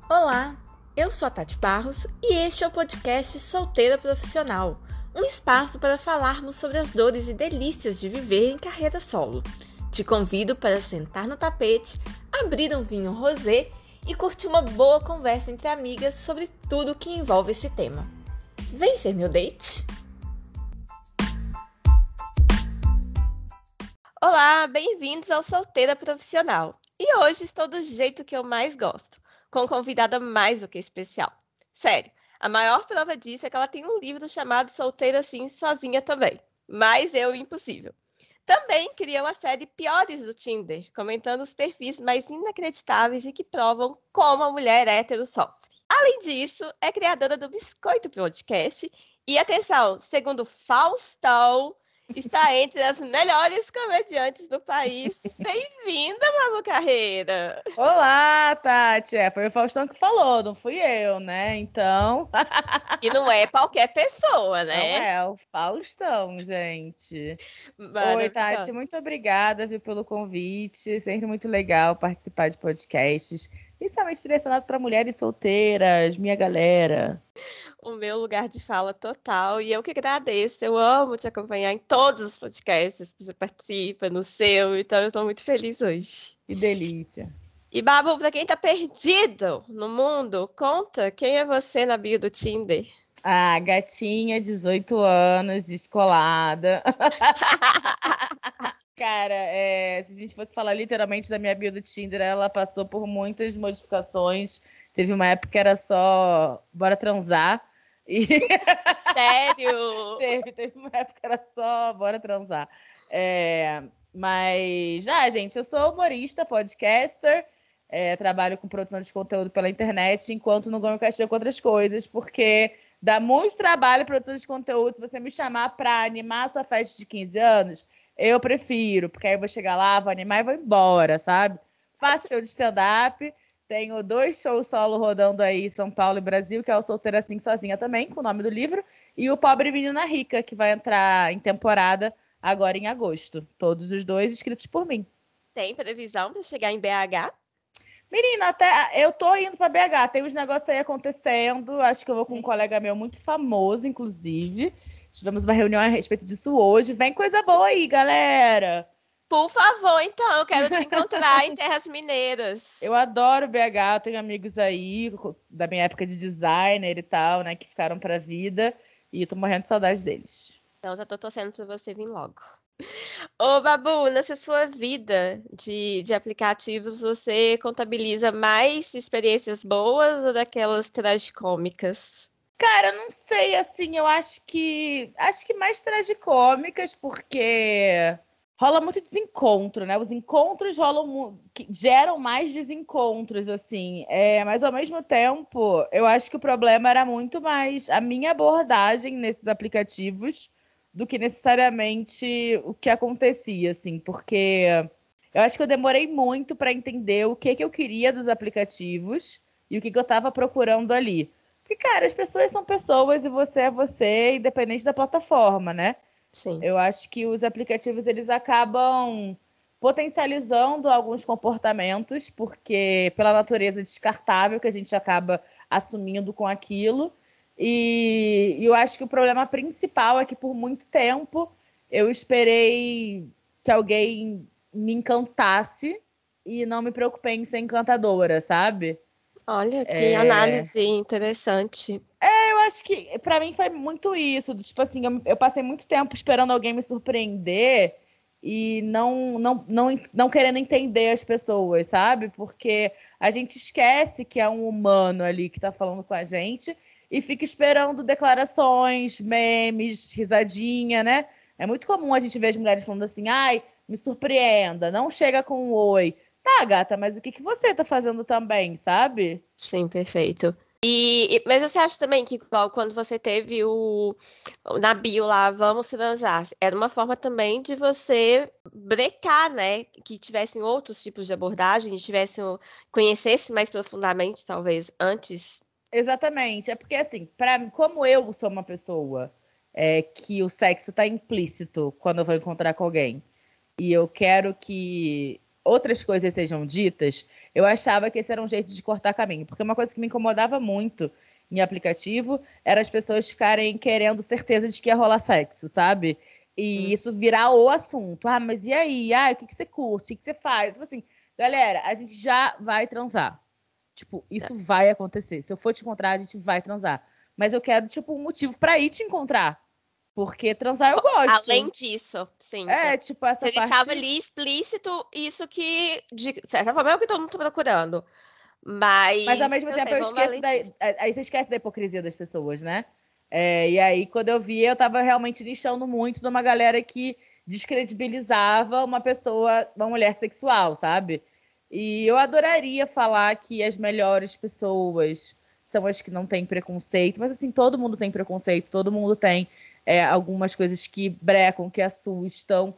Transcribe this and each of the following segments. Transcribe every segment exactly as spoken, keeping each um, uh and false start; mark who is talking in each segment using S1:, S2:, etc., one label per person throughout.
S1: Olá, eu sou a Tati Barros e este é o podcast Solteira Profissional, um espaço para falarmos sobre as dores e delícias de viver em carreira solo. Te convido para sentar no tapete, abrir um vinho rosé e curtir uma boa conversa entre amigas sobre tudo que envolve esse tema. Vem ser meu date? Olá, bem-vindos ao Solteira Profissional. E hoje estou do jeito que eu mais gosto, com convidada mais do que especial. Sério, a maior prova disso é que ela tem um livro chamado Solteira Assim, Sozinha Também. Mas eu, impossível. Também criou a série Piores do Tinder, comentando os perfis mais inacreditáveis e que provam como a mulher hétero sofre. Além disso, é criadora do Biscoito Podcast e, atenção, segundo Faustão, está entre as melhores comediantes do país. Bem-vinda, Mamu Carreira!
S2: Olá, Tati. É, foi o Faustão que falou, não fui eu, né? Então.
S1: E não é qualquer pessoa,
S2: Não
S1: né?
S2: é, o Faustão, gente. Oi, Tati,
S1: Maravilhosa.
S2: muito obrigada, viu, pelo convite. Sempre muito legal participar de podcasts, principalmente direcionado para mulheres solteiras, minha galera.
S1: O meu lugar de fala total. E eu que agradeço. Eu amo te acompanhar em todos os podcasts que você participa, no seu. Então, eu estou muito feliz hoje.
S2: Que delícia.
S1: E, Babu, para quem tá perdido no mundo, conta quem é você na bio do Tinder.
S2: Ah, gatinha, dezoito anos, descolada. Cara, é, se a gente fosse falar literalmente da minha bio do Tinder, ela passou por muitas modificações. Teve uma época que era só bora transar. E
S1: Sério?
S2: teve, teve uma época que era só bora transar. É, mas, ah, gente, eu sou humorista, podcaster, é, trabalho com produção de conteúdo pela internet, enquanto não ganho cachê com outras coisas, porque dá muito trabalho produção de conteúdo. Se você me chamar para animar a sua festa de quinze anos, eu prefiro, porque aí eu vou chegar lá, vou animar e vou embora, sabe? Faço show de stand-up, tenho dois shows solo rodando aí em São Paulo e Brasil, que é o Solteira Assim Sozinha também, com o nome do livro, e o Pobre Menina Rica, que vai entrar em temporada agora em agosto. Todos os dois escritos por mim.
S1: Tem previsão para chegar em B H?
S2: Menina, até eu tô indo pra B H, tem uns negócios aí acontecendo. Acho que eu vou com um colega meu muito famoso, inclusive. Tivemos uma reunião a respeito disso hoje. Vem coisa boa aí, galera!
S1: Por favor, então, eu quero te encontrar em Terras Mineiras.
S2: Eu adoro B H, tenho amigos aí da minha época de designer e tal, né, que ficaram pra vida. E tô morrendo de saudade deles.
S1: Então, já tô torcendo pra você vir logo. Ô, Babu, nessa sua vida de, de aplicativos, você contabiliza mais experiências boas ou daquelas tragicômicas?
S2: Cara, não sei, assim, eu acho que acho que mais tragicômicas, porque rola muito desencontro, né? Os encontros rolam mu- que geram mais desencontros, assim. É, mas ao mesmo tempo, eu acho que o problema era muito mais a minha abordagem nesses aplicativos do que necessariamente o que acontecia, assim, porque eu acho que eu demorei muito para entender o que que eu queria dos aplicativos e o que que eu estava procurando ali. Porque, cara, as pessoas são pessoas e você é você, independente da plataforma, né?
S1: Sim.
S2: Eu acho que os aplicativos eles acabam potencializando alguns comportamentos, porque pela natureza descartável que a gente acaba assumindo com aquilo. E, e eu acho que o problema principal é que por muito tempo eu esperei que alguém me encantasse e não me preocupei em ser encantadora, sabe?
S1: Olha, que
S2: É,
S1: análise interessante.
S2: eu acho que pra mim foi muito isso. Tipo assim, eu, eu passei muito tempo esperando alguém me surpreender e não, não, não, não querendo entender as pessoas, sabe? Porque a gente esquece que é um humano ali que tá falando com a gente e fica esperando declarações, memes, risadinha, né? É muito comum a gente ver as mulheres falando assim, ai, me surpreenda, não chega com um oi. Tá, gata, mas o que que você tá fazendo também, sabe?
S1: Sim, perfeito. E, e- mas você acha também que, igual, quando você teve o, o na bio lá, vamos transar, era uma forma também de você brecar, né? Que tivessem outros tipos de abordagem, que tivessem, o- conhecesse mais profundamente, talvez, antes.
S2: Exatamente. É porque, assim, para mim, como eu sou uma pessoa é, que o sexo tá implícito quando eu vou encontrar com alguém, e eu quero que outras coisas sejam ditas, eu achava que esse era um jeito de cortar caminho. Porque uma coisa que me incomodava muito em aplicativo era as pessoas ficarem querendo certeza de que ia rolar sexo, sabe? E hum. isso virar o assunto. Ah, mas e aí? Ah, o que, que você curte? O que, que você faz? Tipo assim, galera, a gente já vai transar. Tipo, isso é. vai acontecer. Se eu for te encontrar, a gente vai transar. Mas eu quero, tipo, um motivo pra ir te encontrar. Porque transar eu gosto.
S1: Além disso, sim.
S2: É, tipo, essa
S1: Você
S2: parte...
S1: deixava ali explícito isso que, de certa forma, é o que todo mundo tá procurando. Mas...
S2: Mas, ao mesmo tempo, eu esqueço da... Aí você esquece da hipocrisia das pessoas, né? É, e aí, quando eu vi, eu tava realmente nichando muito de uma galera que descredibilizava uma pessoa, uma mulher sexual, sabe? E eu adoraria falar que as melhores pessoas são as que não têm preconceito, mas assim, todo mundo tem preconceito, todo mundo tem é, algumas coisas que brecam, que assustam.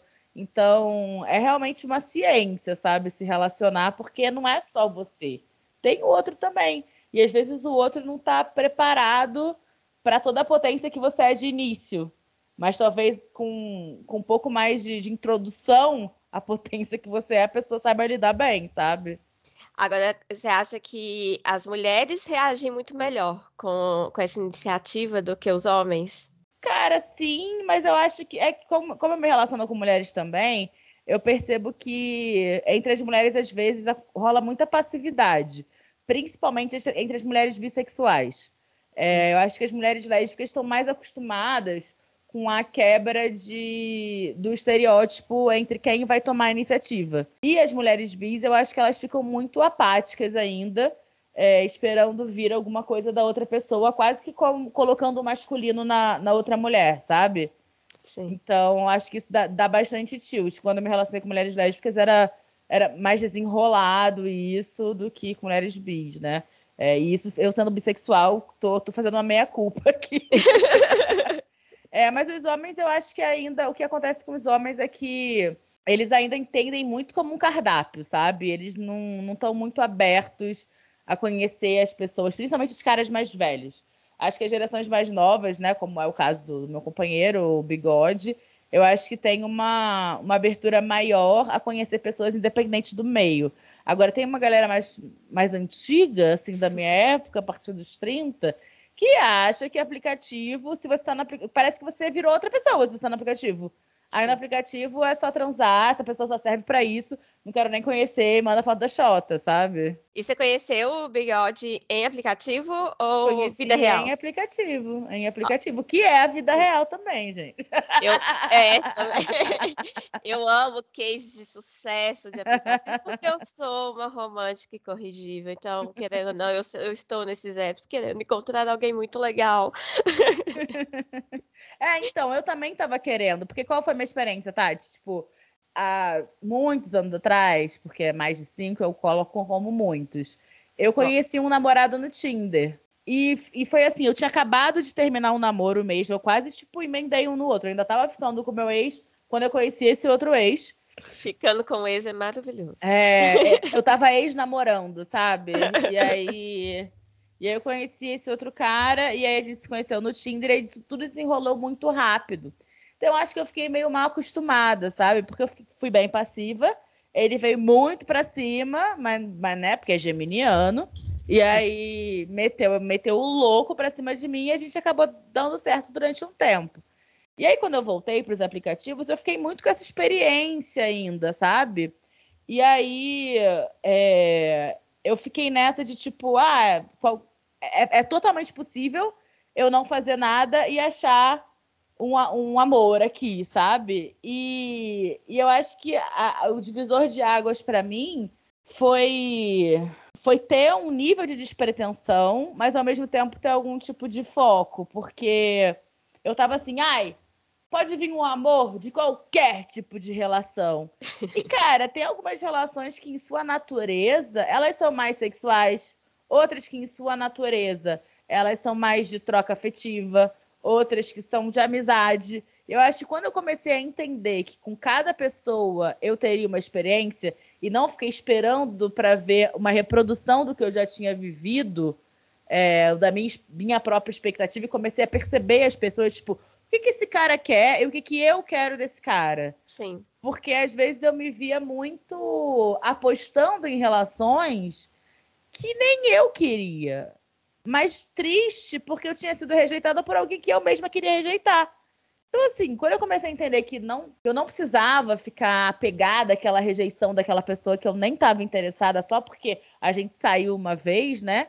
S2: Então, é realmente uma ciência, sabe? Se relacionar, porque não é só você. Tem o outro também. E às vezes o outro não está preparado para toda a potência que você é de início. Mas talvez com, com um pouco mais de, de introdução à potência que você é, a pessoa saiba lidar bem, sabe?
S1: Agora, você acha que as mulheres reagem muito melhor com, com essa iniciativa do que os homens?
S2: Cara, sim, mas eu acho que é como, como eu me relaciono com mulheres também, eu percebo que entre as mulheres, às vezes, rola muita passividade, principalmente entre as mulheres bissexuais. É, eu acho que as mulheres lésbicas estão mais acostumadas com a quebra de, do estereótipo entre quem vai tomar a iniciativa. E as mulheres bis, eu acho que elas ficam muito apáticas ainda, é, esperando vir alguma coisa da outra pessoa, quase que como, colocando o masculino na, na outra mulher, sabe?
S1: Sim.
S2: Então, acho que isso dá, dá bastante tilt. Quando eu me relacionei com mulheres lésbicas, era, era mais desenrolado isso do que com mulheres bis, né? É, e isso, eu sendo bissexual, tô, tô fazendo uma meia-culpa aqui. É, mas os homens, eu acho que ainda... O que acontece com os homens é que eles ainda entendem muito como um cardápio, sabe? Eles não estão muito abertos a conhecer as pessoas, principalmente os caras mais velhos. Acho que as gerações mais novas, né, como é o caso do meu companheiro, o Bigode, eu acho que tem uma, uma abertura maior a conhecer pessoas independente do meio. Agora, tem uma galera mais, mais antiga, assim, da minha época, a partir dos trinta, que acha que aplicativo, se você tá no parece que você virou outra pessoa se você tá no aplicativo. Aí no aplicativo é só transar, essa pessoa só serve pra isso, não quero nem conhecer, manda foto da Xota, sabe?
S1: E você conheceu o Bigode em aplicativo ou
S2: Conheci
S1: vida real?
S2: em aplicativo, em aplicativo, que é a vida real também, gente.
S1: Eu, é, também. Eu amo cases de sucesso de aplicativo, porque eu sou uma romântica e corrigível. Então, querendo ou não, eu, eu estou nesses apps querendo encontrar alguém muito legal.
S2: É, então, eu também tava querendo, porque qual foi a minha experiência, Tati? Tipo, há muitos anos atrás, porque é mais de cinco, eu coloco como muitos. Eu conheci um namorado no Tinder. E, e foi assim, eu tinha acabado de terminar um namoro mesmo, eu quase, tipo, emendei um no outro. Eu ainda tava ficando com o meu ex quando eu conheci esse outro ex.
S1: Ficando com o ex é maravilhoso.
S2: É, eu tava ex-namorando, sabe? E aí... E aí eu conheci esse outro cara, e aí a gente se conheceu no Tinder, e isso tudo desenrolou muito rápido. Então, eu acho que eu fiquei meio mal acostumada, sabe? Porque eu fui bem passiva, ele veio muito pra cima, mas, mas né, porque é geminiano, e aí meteu, meteu o louco pra cima de mim, e a gente acabou dando certo durante um tempo. E aí, quando eu voltei pros aplicativos, eu fiquei muito com essa experiência ainda, sabe? E aí, é, eu fiquei nessa de tipo, ah, é, é totalmente possível eu não fazer nada e achar um, um amor aqui, sabe? E, e eu acho que a, o divisor de águas para mim foi, foi ter um nível de despretensão, mas ao mesmo tempo ter algum tipo de foco, porque eu tava assim, ai, pode vir um amor de qualquer tipo de relação. E, cara, tem algumas relações que, em sua natureza, elas são mais sexuais, outras que, em sua natureza, elas são mais de troca afetiva, outras que são de amizade. Eu acho que quando eu comecei a entender que com cada pessoa eu teria uma experiência e não fiquei esperando para ver uma reprodução do que eu já tinha vivido, é, da minha, minha própria expectativa, e comecei a perceber as pessoas, tipo, que, que esse cara quer e o que, que eu quero desse cara.
S1: Sim.
S2: Porque às vezes eu me via muito apostando em relações que nem eu queria. Mas triste porque eu tinha sido rejeitada por alguém que eu mesma queria rejeitar. Então, assim, quando eu comecei a entender que não, eu não precisava ficar apegada àquela rejeição daquela pessoa que eu nem estava interessada só porque a gente saiu uma vez, né?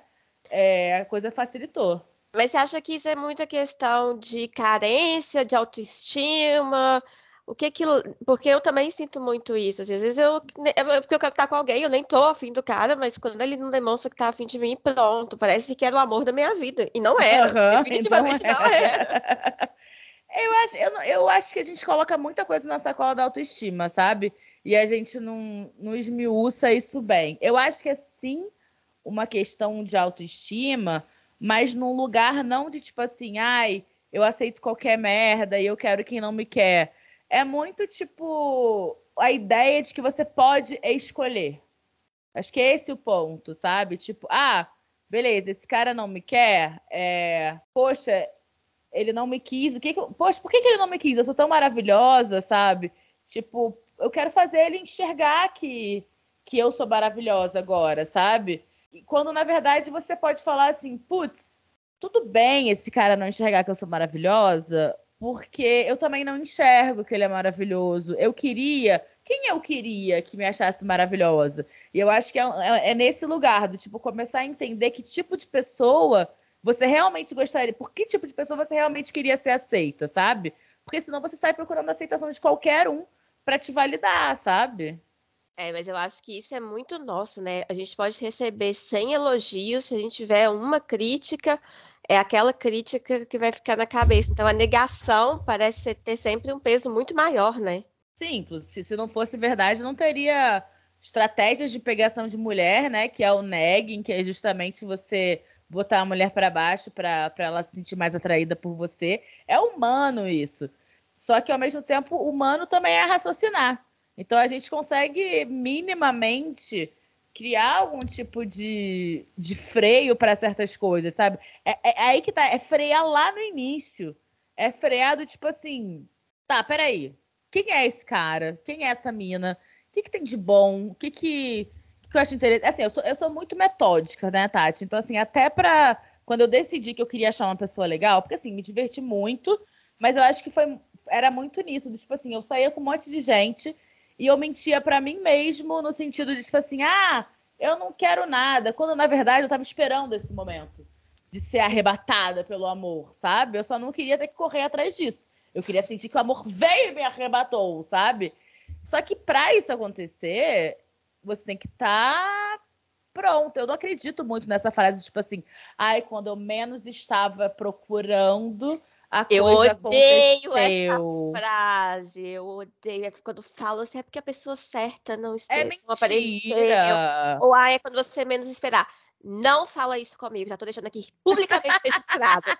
S2: É, a coisa facilitou.
S1: Mas você acha que isso é muita questão de carência, de autoestima? O que que... Porque eu também sinto muito isso. Assim, às vezes eu... é porque eu quero estar com alguém, eu nem tô afim do cara, mas quando ele não demonstra que tá afim de mim, pronto. Parece que era o amor da minha vida. E não era.
S2: Uhum,
S1: Definitivamente
S2: então
S1: não era.
S2: Eu acho, eu, não- eu acho que a gente coloca muita coisa na sacola da autoestima, sabe? E a gente não, não esmiuça isso bem. Eu acho que é sim uma questão de autoestima, mas num lugar não de tipo assim, ai, eu aceito qualquer merda e eu quero quem não me quer. É muito tipo a ideia de que você pode escolher. Acho que é esse o ponto, sabe? Tipo, ah, beleza, esse cara não me quer, é... poxa, ele não me quis. O que que eu... Poxa, por que que ele não me quis? Eu sou tão maravilhosa, sabe? Tipo, eu quero fazer ele enxergar que, que eu sou maravilhosa agora, sabe? E quando, na verdade, você pode falar assim, putz, tudo bem esse cara não enxergar que eu sou maravilhosa, porque eu também não enxergo que ele é maravilhoso. Eu queria... Quem eu queria que me achasse maravilhosa? E eu acho que é, é, é nesse lugar, do tipo, começar a entender que tipo de pessoa você realmente gostaria, por que tipo de pessoa você realmente queria ser aceita, sabe? Porque senão você sai procurando a aceitação de qualquer um pra te validar, sabe?
S1: É, mas eu acho que isso é muito nosso, né? A gente pode receber cem elogios, se a gente tiver uma crítica, é aquela crítica que vai ficar na cabeça. Então, a negação parece ser- ter sempre um peso muito maior, né?
S2: Sim, se, se não fosse verdade, não teria estratégias de pegação de mulher, né? Que é o negging, que é justamente você botar a mulher para baixo para ela se sentir mais atraída por você. É humano isso. Só que ao mesmo tempo, humano também é raciocinar. Então a gente consegue minimamente criar algum tipo de, de freio para certas coisas, sabe? É, é, é aí que tá, é frear lá no início. É frear do tipo assim, tá, peraí. Quem é esse cara? Quem é essa mina? O que, que tem de bom? O que, que, que eu acho interessante? Assim, eu sou, eu sou muito metódica, né, Tati? Então, assim, até pra. Quando eu decidi que eu queria achar uma pessoa legal, porque, assim, me diverti muito, mas eu acho que foi era muito nisso. Tipo assim, eu saía com um monte de gente e eu mentia pra mim mesmo no sentido de, tipo assim, ah, eu não quero nada. Quando, na verdade, eu tava esperando esse momento de ser arrebatada pelo amor, sabe? Eu só não queria ter que correr atrás disso. Eu queria sentir que o amor veio e me arrebatou, sabe? Só que para isso acontecer, você tem que estar tá pronto. Eu não acredito muito nessa frase, tipo assim, ai, quando eu menos estava procurando, a
S1: Eu
S2: coisa
S1: odeio essa
S2: aconteceu.
S1: frase, eu odeio é quando falo assim, é porque a pessoa certa não,
S2: É
S1: espe- não apareceu,
S2: mentira.
S1: ou ah, é quando você menos esperar. Não fala isso comigo, já tô deixando aqui publicamente registrado.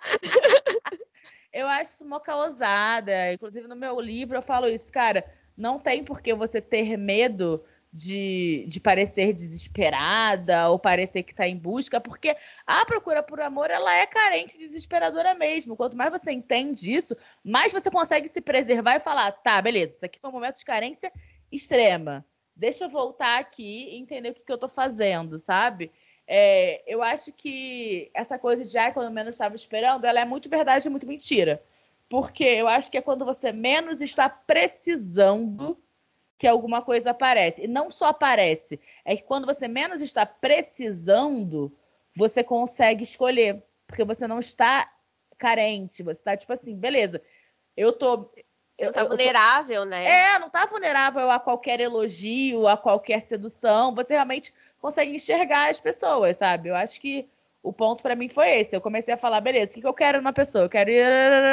S2: Eu acho isso uma causada. Inclusive, no meu livro eu falo isso, cara. Não tem por que você ter medo de, de parecer desesperada ou parecer que está em busca, porque a procura por amor ela é carente, desesperadora mesmo. Quanto mais você entende isso, mais você consegue se preservar e falar: tá, beleza, isso aqui foi um momento de carência extrema. Deixa eu voltar aqui e entender o que, que eu tô fazendo, sabe? É, eu acho que essa coisa de ai, quando menos estava esperando, ela é muito verdade e muito mentira. Porque eu acho que é quando você menos está precisando que alguma coisa aparece. E não só aparece, é que quando você menos está precisando, você consegue escolher. Porque você não está carente, você está tipo assim, beleza, eu tô.
S1: Você
S2: Eu,
S1: não tá
S2: eu, eu tô
S1: vulnerável, né?
S2: é, não tá vulnerável a qualquer elogio, a qualquer sedução. Você realmente consegue enxergar as pessoas, sabe? Eu acho que o ponto pra mim foi esse. Eu comecei a falar, beleza, o que, que eu quero numa pessoa? Eu quero ir...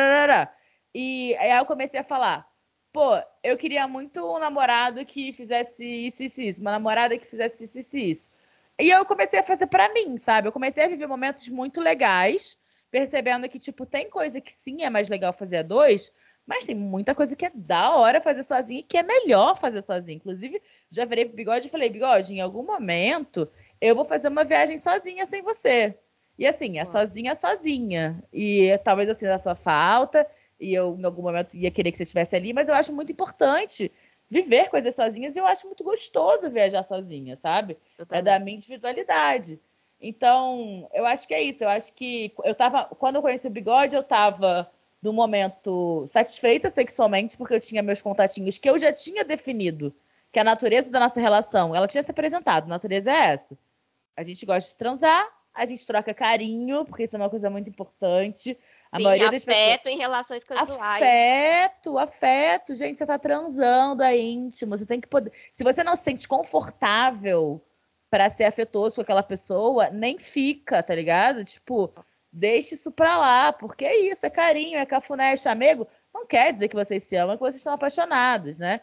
S2: E aí eu comecei a falar, pô, eu queria muito um namorado que fizesse isso, isso, isso. Uma namorada que fizesse isso, isso, isso. E eu comecei a fazer pra mim, sabe? Eu comecei a viver momentos muito legais, percebendo que, tipo, tem coisa que sim é mais legal fazer a dois, mas tem muita coisa que é da hora fazer sozinho e que é melhor fazer sozinho. Inclusive, já virei pro Bigode e falei, Bigode, em algum momento eu vou fazer uma viagem sozinha sem você. E assim, é sozinha, sozinha. E talvez eu sinta a sua falta e eu, em algum momento, ia querer que você estivesse ali, mas eu acho muito importante viver coisas sozinhas e eu acho muito gostoso viajar sozinha, sabe? É da minha individualidade. Então, eu acho que é isso. Eu acho que eu tava, quando eu conheci o Bigode, eu tava no momento satisfeita sexualmente, porque eu tinha meus contatinhos que eu já tinha definido que a natureza da nossa relação, ela tinha se apresentado. A natureza é essa. A gente gosta de transar, a gente troca carinho, porque isso é uma coisa muito importante. A
S1: Sim,
S2: maioria das pessoas...
S1: afeto em relações casuais.
S2: Afeto, afeto. Gente, você tá transando, é íntimo. Você tem que poder... Se você não se sente confortável para ser afetuoso com aquela pessoa, nem fica, tá ligado? Tipo, deixa isso pra lá, porque é isso, é carinho, é cafuné, é chamego. Não quer dizer que vocês se amam, é que vocês estão apaixonados, né?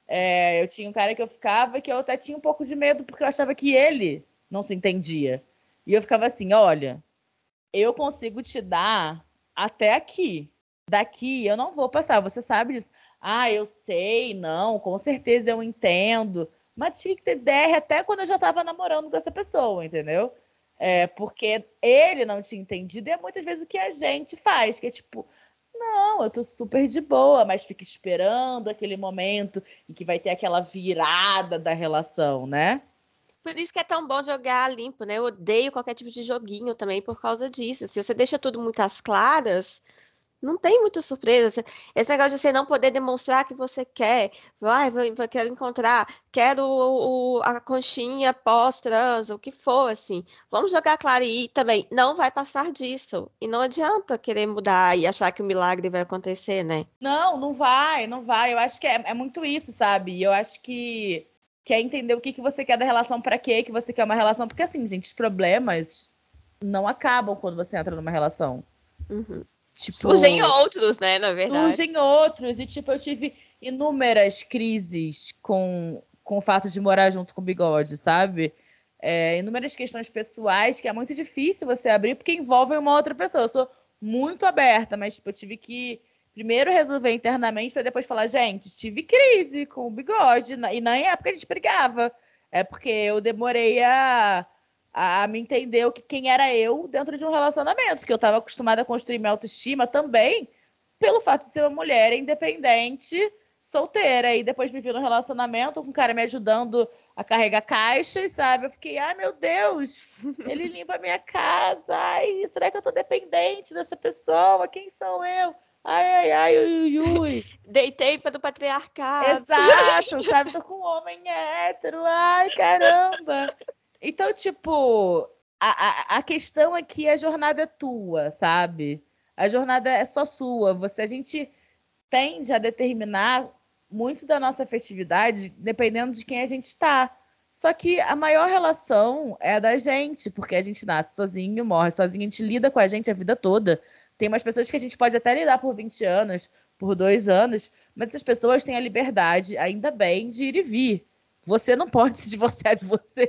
S2: É, eu tinha um cara que eu ficava que eu até tinha um pouco de medo, porque eu achava que ele não se entendia. E eu ficava assim, olha, eu consigo te dar até aqui. Daqui eu não vou passar, você sabe disso. Ah, eu sei, não, com certeza eu entendo. Mas tinha que ter D R até quando eu já estava namorando com essa pessoa, entendeu? É, porque ele não tinha entendido e é muitas vezes o que a gente faz, que é tipo, não, eu tô super de boa, mas fica esperando aquele momento em que vai ter aquela virada da relação, né?
S1: Por isso que é tão bom jogar limpo, né? Eu odeio qualquer tipo de joguinho também por causa disso. Se você deixa tudo muito às claras, não tem muita surpresa. Esse negócio de você não poder demonstrar que você quer, vai, vai, vai quero encontrar, quero o, o- a conchinha pós-trans, o que for, assim. Vamos jogar claro e também não vai passar disso. E não adianta querer mudar e achar que o milagre vai acontecer, né?
S2: Não, não vai, não vai. Eu acho que é, é muito isso, sabe? E eu acho que, que é entender o que, que você quer da relação, pra quê que você quer uma relação. Porque, assim, gente, os problemas não acabam quando você entra numa relação.
S1: Uhum. Surgem
S2: Tipo,
S1: outros, né, na verdade.
S2: surgem outros. E, tipo, eu tive inúmeras crises com, com o fato de morar junto com o Bigode, sabe? É, inúmeras questões pessoais que é muito difícil você abrir porque envolvem uma outra pessoa. Eu sou muito aberta, mas, tipo, eu tive que primeiro resolver internamente para depois falar, gente, tive crise com o Bigode. E na época a gente brigava. É porque eu demorei a, a me entender o que, quem era eu dentro de um relacionamento, porque eu estava acostumada a construir minha autoestima também pelo fato de ser uma mulher independente, solteira. E depois me vi num relacionamento com um cara me ajudando a carregar caixas, sabe? Eu fiquei, ai meu Deus, ele limpa a minha casa. Ai, será que eu tô dependente dessa pessoa? Quem sou eu? Ai, ai, ai, ui, ui, ui.
S1: Deitei para o patriarcado.
S2: Exato, sabe? Tô com um homem hétero. Ai, caramba. Então, tipo, a, a, a questão aqui é a jornada é tua, sabe? A jornada é só sua. Você, a gente tende a determinar muito da nossa afetividade dependendo de quem a gente está. Só que a maior relação é a da gente, porque a gente nasce sozinho, morre sozinho, a gente lida com a gente a vida toda. Tem umas pessoas que a gente pode até lidar por vinte anos, por dois anos, mas essas pessoas têm a liberdade, ainda bem, de ir e vir. Você não pode se divorciar de você.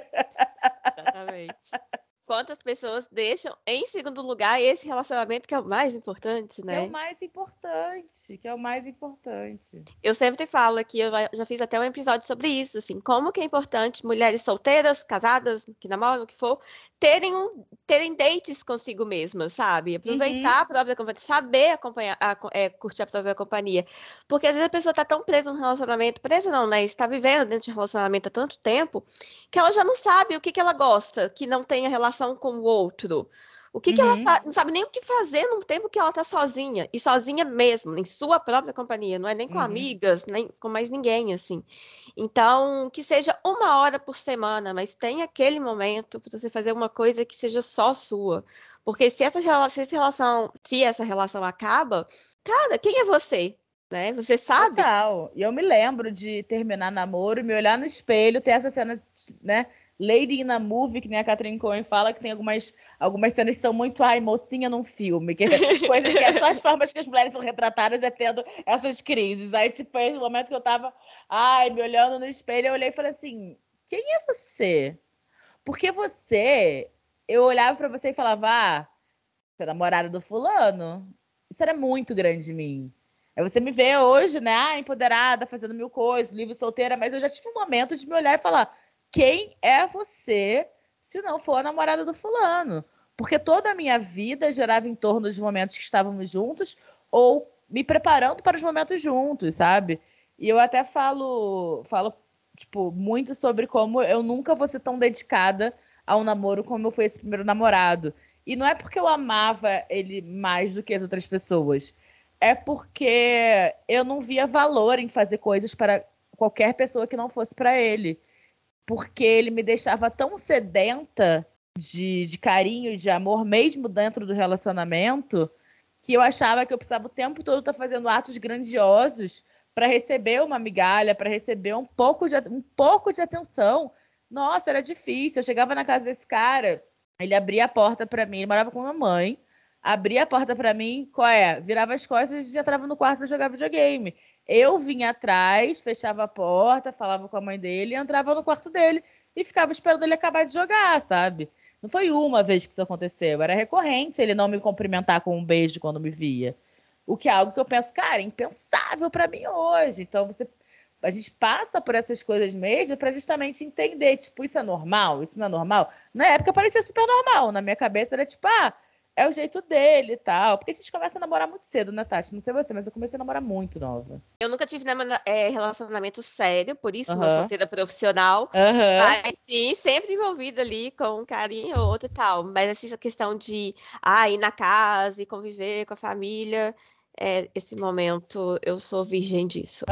S1: Exatamente. Quantas pessoas deixam em segundo lugar esse relacionamento que é o mais importante,
S2: Que é o
S1: né?
S2: mais importante, que é o mais importante.
S1: Eu sempre falo aqui, eu já fiz até um episódio sobre isso, assim, como que é importante mulheres solteiras, casadas, que namoram, o que for, terem, um, terem dates consigo mesmas, sabe?
S2: Uhum.
S1: Aproveitar a própria companhia, saber acompanhar, a- é, curtir a própria companhia. Porque às vezes a pessoa tá tão presa num relacionamento, presa não, né? Está vivendo dentro de um relacionamento há tanto tempo, que ela já não sabe o que que ela gosta, que não tenha relação com o outro. O que que ela
S2: Uhum.
S1: faz? Não sabe nem o que fazer no tempo que ela tá sozinha, e sozinha mesmo, em sua própria companhia, não é nem com
S2: Uhum.
S1: amigas, nem com mais ninguém, assim. Então, que seja uma hora por semana, mas tenha aquele momento para você fazer uma coisa que seja só sua. Porque se essa, rela- se essa relação, se essa relação acaba, cara, quem é você? Né? Você sabe?
S2: Total. E eu me lembro de terminar namoro, me olhar no espelho, ter essa cena, né? Lady in a movie, que nem a Catherine Cohen fala, que tem algumas, algumas cenas que são muito, ai, mocinha num filme. Que, coisas que é só as formas que as mulheres são retratadas é tendo essas crises. Aí, tipo, esse momento que eu tava, ai, me olhando no espelho, eu olhei e falei assim: quem é você? Porque você, eu olhava pra você e falava, ah, você é namorada do fulano? Isso era muito grande de mim. Aí você me vê hoje, né? Ah, empoderada, fazendo mil coisas, livre, solteira, mas eu já tive um momento de me olhar e falar: quem é você se não for a namorada do fulano? Porque toda a minha vida girava em torno dos momentos que estávamos juntos ou me preparando para os momentos juntos, sabe? E eu até falo, falo tipo, muito sobre como eu nunca vou ser tão dedicada ao namoro como eu fui esse primeiro namorado. E não é porque eu amava ele mais do que as outras pessoas. É porque eu não via valor em fazer coisas para qualquer pessoa que não fosse para ele. Porque ele me deixava tão sedenta de, de carinho e de amor, mesmo dentro do relacionamento, que eu achava que eu precisava o tempo todo estar fazendo atos grandiosos para receber uma migalha, para receber um pouco, de, um pouco de atenção. Nossa, era difícil. Eu chegava na casa desse cara, ele abria a porta para mim, ele morava com a mãe, abria a porta para mim, qual é? Virava as costas e entrava no quarto para jogar videogame. Eu vinha atrás, fechava a porta, falava com a mãe dele, entrava no quarto dele e ficava esperando ele acabar de jogar, sabe? Não foi uma vez que isso aconteceu, era recorrente ele não me cumprimentar com um beijo quando me via. O que é algo que eu penso, cara, impensável para mim hoje. Então, você, a gente passa por essas coisas mesmo para justamente entender, tipo, isso é normal? Isso não é normal? Na época parecia super normal, na minha cabeça era tipo, ah, é o jeito dele e tal. Porque a gente começa a namorar muito cedo, né, Tati? Não sei você, mas eu comecei a namorar muito nova.
S1: Eu nunca tive é, relacionamento sério, por isso,
S2: Uhum.
S1: uma solteira profissional.
S2: Uhum.
S1: Mas sim, sempre envolvida ali com um carinho ou outro e tal. Mas essa questão de ah, ir na casa e conviver com a família, é, esse momento eu sou virgem disso.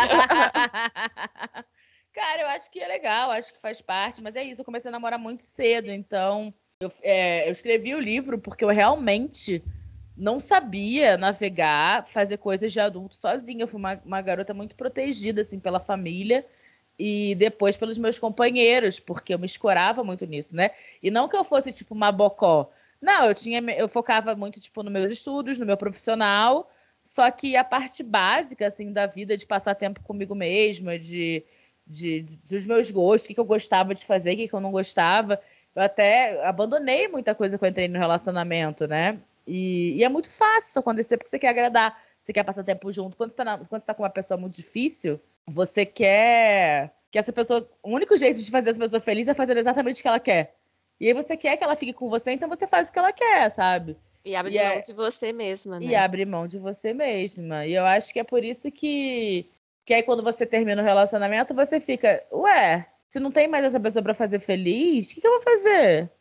S2: Cara, eu acho que é legal, acho que faz parte, mas é isso, eu comecei a namorar muito cedo, então eu, é, eu escrevi o livro porque eu realmente não sabia navegar, fazer coisas de adulto sozinha. Eu fui uma, uma garota muito protegida, assim, pela família e depois pelos meus companheiros, porque eu me escorava muito nisso, né? E não que eu fosse, tipo, uma bocó. Não, eu tinha, eu focava muito, tipo, nos meus estudos, no meu profissional, só que a parte básica, assim, da vida, de passar tempo comigo mesma, de, de, dos meus gostos, o que, que eu gostava de fazer, o que, que eu não gostava, eu até abandonei muita coisa que eu entrei no relacionamento, né? E, e é muito fácil isso acontecer, porque você quer agradar, você quer passar tempo junto. Quando você tá, na, quando você tá com uma pessoa muito difícil, você quer que essa pessoa... O único jeito de fazer essa pessoa feliz é fazer exatamente o que ela quer. E aí você quer que ela fique com você, então você faz o que ela quer, sabe?
S1: E abre
S2: E
S1: mão
S2: é,
S1: de você mesma, né?
S2: E abre mão de você mesma. E eu acho que é por isso que... Que aí quando você termina o relacionamento, você fica... Ué, se não tem mais essa pessoa pra fazer feliz, o que, que eu vou fazer?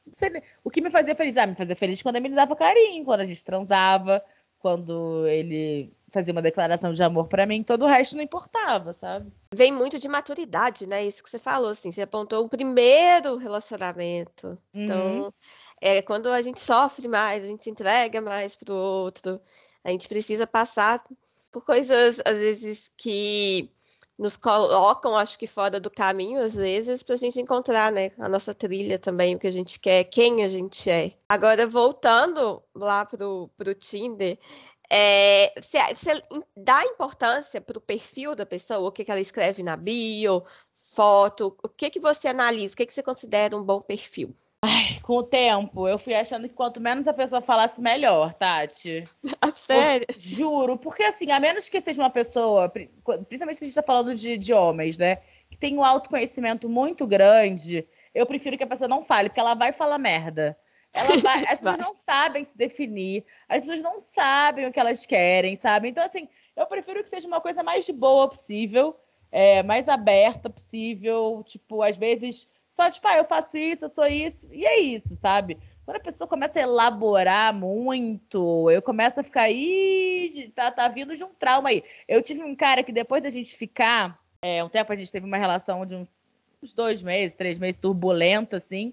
S2: O que me fazia feliz? Ah, me fazia feliz quando ele me dava carinho, quando a gente transava, quando ele fazia uma declaração de amor pra mim, todo o resto não importava, sabe?
S1: Vem muito de maturidade, né? Isso que você falou, assim, você apontou o primeiro relacionamento.
S2: Uhum.
S1: Então, é quando a gente sofre mais, a gente se entrega mais pro outro, a gente precisa passar por coisas, às vezes, que nos colocam, acho que fora do caminho, às vezes, para a gente encontrar, né, a nossa trilha também, o que a gente quer, quem a gente é. Agora, voltando lá pro, pro Tinder, é, você, você dá importância pro perfil da pessoa, o que, que ela escreve na bio, foto, o que, que você analisa, o que, que você considera um bom perfil?
S2: Ai, com o tempo, eu fui achando que quanto menos a pessoa falasse, melhor, Tati.
S1: A sério?
S2: Por, juro, porque assim, a menos que seja uma pessoa, principalmente se a gente tá falando de, de homens, né? Que tem um autoconhecimento muito grande, eu prefiro que a pessoa não fale, porque ela vai falar merda. Ela vai, as pessoas não sabem se definir, as pessoas não sabem o que elas querem, sabe? Então, assim, eu prefiro que seja uma coisa mais de boa possível, é, mais aberta possível, tipo, às vezes, só tipo, ah, eu faço isso, eu sou isso, e é isso, sabe? Quando a pessoa começa a elaborar muito, eu começo a ficar, ih, tá, tá vindo de um trauma aí. Eu tive um cara que depois da gente ficar, é, um tempo a gente teve uma relação de uns dois meses, três meses, turbulenta, assim,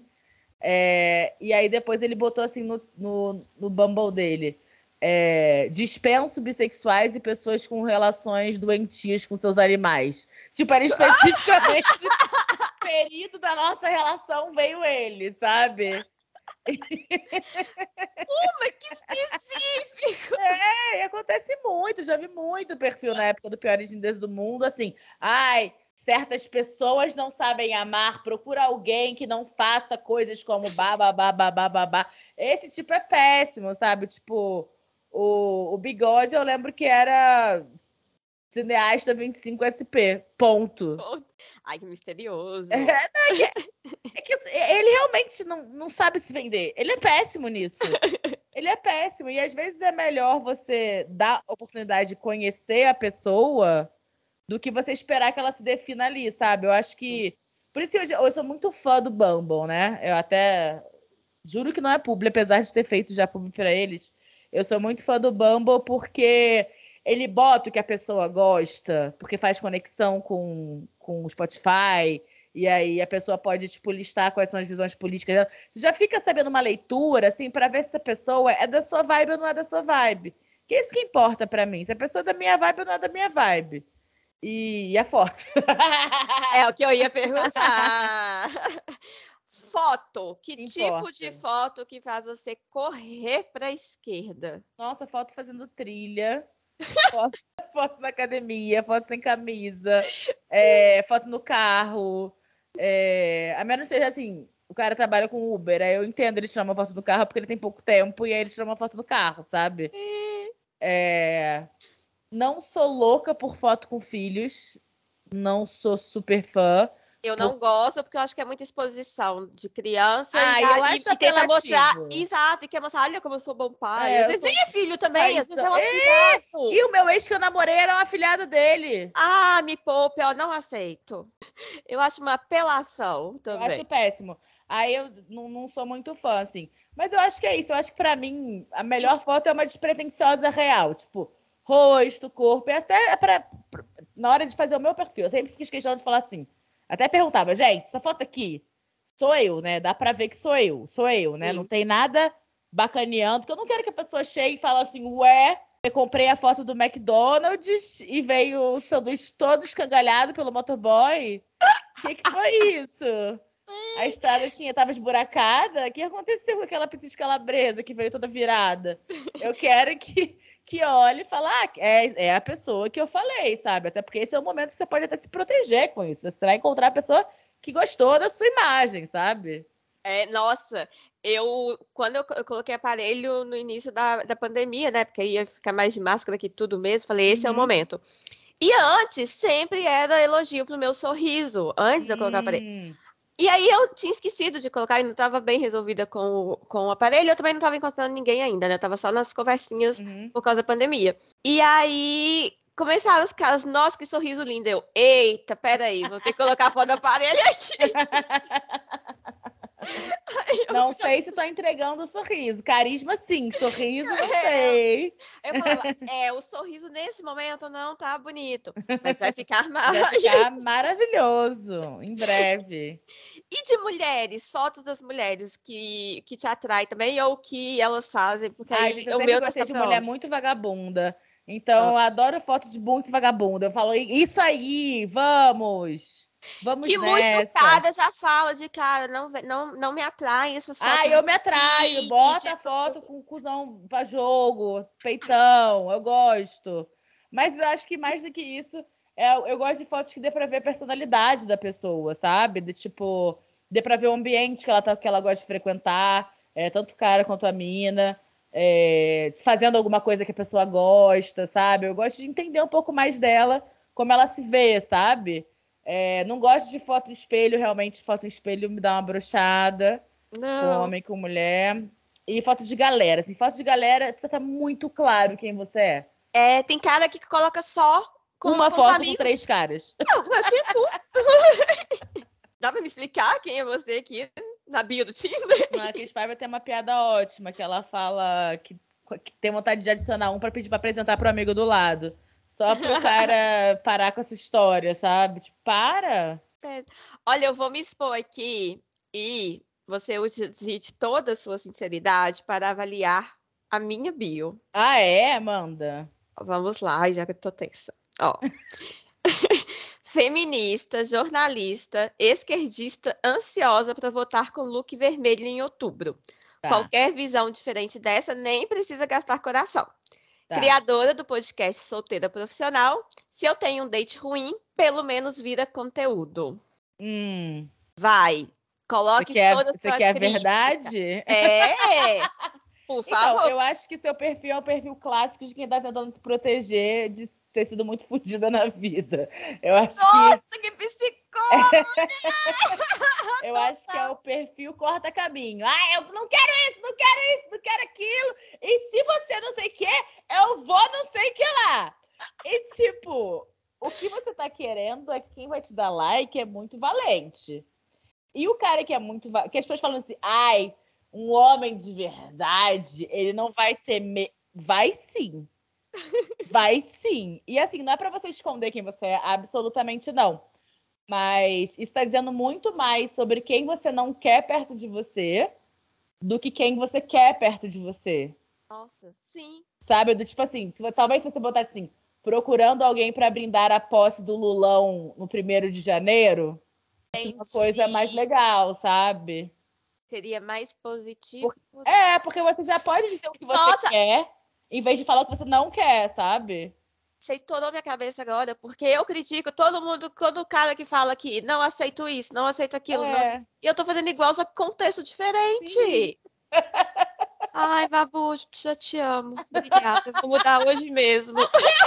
S2: é, e aí depois ele botou assim no, no, no Bumble dele, é, dispenso bissexuais e pessoas com relações doentias com seus animais. Tipo, era especificamente o período da nossa relação veio ele, sabe?
S1: Uma, que específico!
S2: É, e acontece muito, já vi muito perfil na época do Piores Tinders do Mundo, assim, ai, certas pessoas não sabem amar, procura alguém que não faça coisas como babá, babá, babá. Esse tipo é péssimo, sabe? Tipo, o, o Bigode, eu lembro que era cineasta vinte e cinco S P, ponto.
S1: Ai, que misterioso.
S2: É, não, é, que, é que ele realmente não, não sabe se vender. Ele é péssimo nisso. Ele ele é péssimo. E às vezes é melhor você dar a oportunidade de conhecer a pessoa do que você esperar que ela se defina ali, sabe? Eu acho que... Por isso que eu, eu sou muito fã do Bumble, né? Eu até... Juro que não é publi, apesar de ter feito já publi pra eles. Eu sou muito fã do Bumble porque ele bota o que a pessoa gosta, porque faz conexão com, com o Spotify, e aí a pessoa pode, tipo, listar quais são as visões políticas dela. Você já fica sabendo uma leitura, assim, pra ver se essa pessoa é da sua vibe ou não é da sua vibe. Que é isso que importa pra mim. Se a pessoa é da minha vibe ou não é da minha vibe. E, e a foto.
S1: É o que eu ia perguntar. Foto. Que
S2: Importa.
S1: tipo de foto que faz você correr para a esquerda?
S2: Nossa, foto fazendo trilha. Foto, foto na academia, foto sem camisa, é, foto no carro. É, a menos que seja assim, o cara trabalha com Uber, aí eu entendo ele tirar uma foto do carro porque ele tem pouco tempo e aí ele tira uma foto do carro, sabe? É, não sou louca por foto com filhos, não sou super fã.
S1: Eu não gosto porque eu acho que é muita exposição de criança
S2: Ah,
S1: e,
S2: eu
S1: e,
S2: acho
S1: e tenta mostrar,
S2: apelativo.
S1: exato, e quer mostrar, olha como eu sou bom pai.
S2: É,
S1: Às
S2: eu
S1: vezes
S2: sou-
S1: nem é filho também, às vezes é um
S2: É,
S1: afilhado.
S2: E o meu ex que eu namorei era um afilhado dele.
S1: Ah, me poupe, eu não aceito. Eu acho uma apelação
S2: Eu acho
S1: também.
S2: péssimo. Aí eu não, não sou muito fã, assim. Mas eu acho que é isso. Eu acho que pra mim a melhor foto é uma despretensiosa real. Tipo, rosto, corpo. E até pra, pra- na hora de fazer o meu perfil, eu sempre fiz questão de falar assim. Até perguntava, gente, essa foto aqui sou eu, né? Dá pra ver que sou eu. Sou eu, né?
S1: Sim.
S2: Não tem nada bacaneando. Porque eu não quero que a pessoa chegue e fale assim, ué, eu comprei a foto do McDonald's e veio o sanduíche todo escangalhado pelo motoboy. O que, que foi isso? A estrada tinha, tava esburacada. O que aconteceu com aquela pizza de calabresa que veio toda virada? Eu quero que, que olhe e fale, ah, é, é a pessoa que eu falei, sabe? Até porque esse é o momento que você pode até se proteger com isso. Você vai encontrar a pessoa que gostou da sua imagem, sabe?
S1: É, nossa, eu quando eu, eu coloquei aparelho no início da, da pandemia, né? Porque ia ficar mais de máscara que tudo mesmo, falei, esse é o
S2: Uhum.
S1: momento. E antes sempre era elogio pro meu sorriso, antes de eu colocar o aparelho.
S2: Hum.
S1: E aí eu tinha esquecido de colocar e não estava bem resolvida com o, com o aparelho. Eu também não estava encontrando ninguém ainda, né? Eu tava só nas conversinhas
S2: Uhum.
S1: por causa da pandemia. E aí começaram os caras, nossa, que sorriso lindo. Eu, eita, peraí, vou ter que colocar a foto do aparelho aqui.
S2: Não sei se tá entregando o sorriso. Carisma, sim. Sorriso, não
S1: É.
S2: sei.
S1: Eu falava, é, o sorriso nesse momento não tá bonito, mas vai ficar mais.
S2: Vai ficar maravilhoso em breve.
S1: E de mulheres, fotos das mulheres que, que te atraem também, ou que elas fazem, porque
S2: Ai,
S1: aí
S2: gente, eu
S1: o
S2: sempre
S1: meu tá
S2: gostei
S1: só
S2: de
S1: pra
S2: mulher
S1: homem.
S2: muito vagabunda. Então, eu adoro fotos de muito vagabunda. Eu falo, isso aí, vamos! Vamos
S1: Que muito
S2: nessa.
S1: cara já fala de cara, não, ve- não, não me atraem essas fotos.
S2: Ai, eu me
S1: de
S2: atraio.
S1: biquíni,
S2: Bota a
S1: de-
S2: foto com o cuzão pra jogo, peitão, eu gosto. Mas eu acho que mais do que isso, é, eu gosto de fotos que dê pra ver a personalidade da pessoa, sabe? De tipo, dê pra ver o ambiente que ela, tá, que ela gosta de frequentar, é, tanto o cara quanto a mina, é, fazendo alguma coisa que a pessoa gosta, sabe? Eu gosto de entender um pouco mais dela, como ela se vê, sabe? É, não gosto de foto espelho, realmente, foto espelho me dá uma brochada. Com
S1: Não.
S2: homem, com mulher. E foto de galera. Assim, foto de galera, precisa estar muito claro quem você é.
S1: É, tem cara aqui que coloca só com,
S2: Uma
S1: com os
S2: foto com
S1: amigos.
S2: três caras.
S1: Não, aqui é tu. Dá pra me explicar quem é você aqui na bio do Tinder?
S2: A Cris Paiva tem uma piada ótima, que ela fala que, que tem vontade de adicionar um pra pedir pra apresentar pro amigo do lado. Só pro cara parar com essa história, sabe? Tipo, para!
S1: Olha, eu vou me expor aqui e você use toda a sua sinceridade para avaliar a minha bio.
S2: Ah, é, Amanda?
S1: Vamos lá, já que eu tô tensa. Ó. Feminista, jornalista, esquerdista, ansiosa para votar com look vermelho em outubro.
S2: Tá,
S1: Qualquer visão diferente dessa nem precisa gastar coração.
S2: tá.
S1: Criadora do podcast Solteira Profissional. Se eu tenho um date ruim, pelo menos vira conteúdo.
S2: Hum,
S1: Vai, coloque
S2: você quer,
S1: toda a
S2: você
S1: sua
S2: quer a
S1: crítica.
S2: verdade?
S1: É, por
S2: Então,
S1: favor.
S2: eu acho que seu perfil é um perfil clássico de quem tá tentando se proteger de ter sido muito fodida na vida. Eu acho
S1: Nossa,
S2: que...
S1: que psicóloga!
S2: Eu acho que é o perfil corta caminho. Ah, eu não quero isso, não quero isso, não quero aquilo. E se você não sei o que, eu vou não sei o que lá. E tipo, o que você tá querendo é que quem vai te dar like é muito valente. E o cara que é muito... Va- que as pessoas falam assim, ai, um homem de verdade, ele não vai ter... Me... Vai sim. Vai sim. E assim, não é pra você esconder quem você é, absolutamente não. Mas isso está dizendo muito mais sobre quem você não quer perto de você do que quem você quer perto de você.
S1: Nossa, sim.
S2: Sabe? Do tipo assim, se, talvez se você botar assim, procurando alguém para brindar a posse do Lulão no primeiro de janeiro, fosse uma coisa mais
S1: Entendi.
S2: legal, sabe?
S1: Seria mais positivo.
S2: Por... É, porque você já pode dizer o que você
S1: Nossa,
S2: quer, em vez de falar o que você não quer, sabe?
S1: você estourou minha cabeça agora, porque eu critico todo mundo, todo o cara que fala que não aceito isso, não aceito aquilo, não aceito...
S2: É.
S1: E eu tô fazendo igual, só que com contexto
S2: Sim.
S1: diferente. Ai, Babu, já te amo. Obrigada, eu vou mudar hoje mesmo.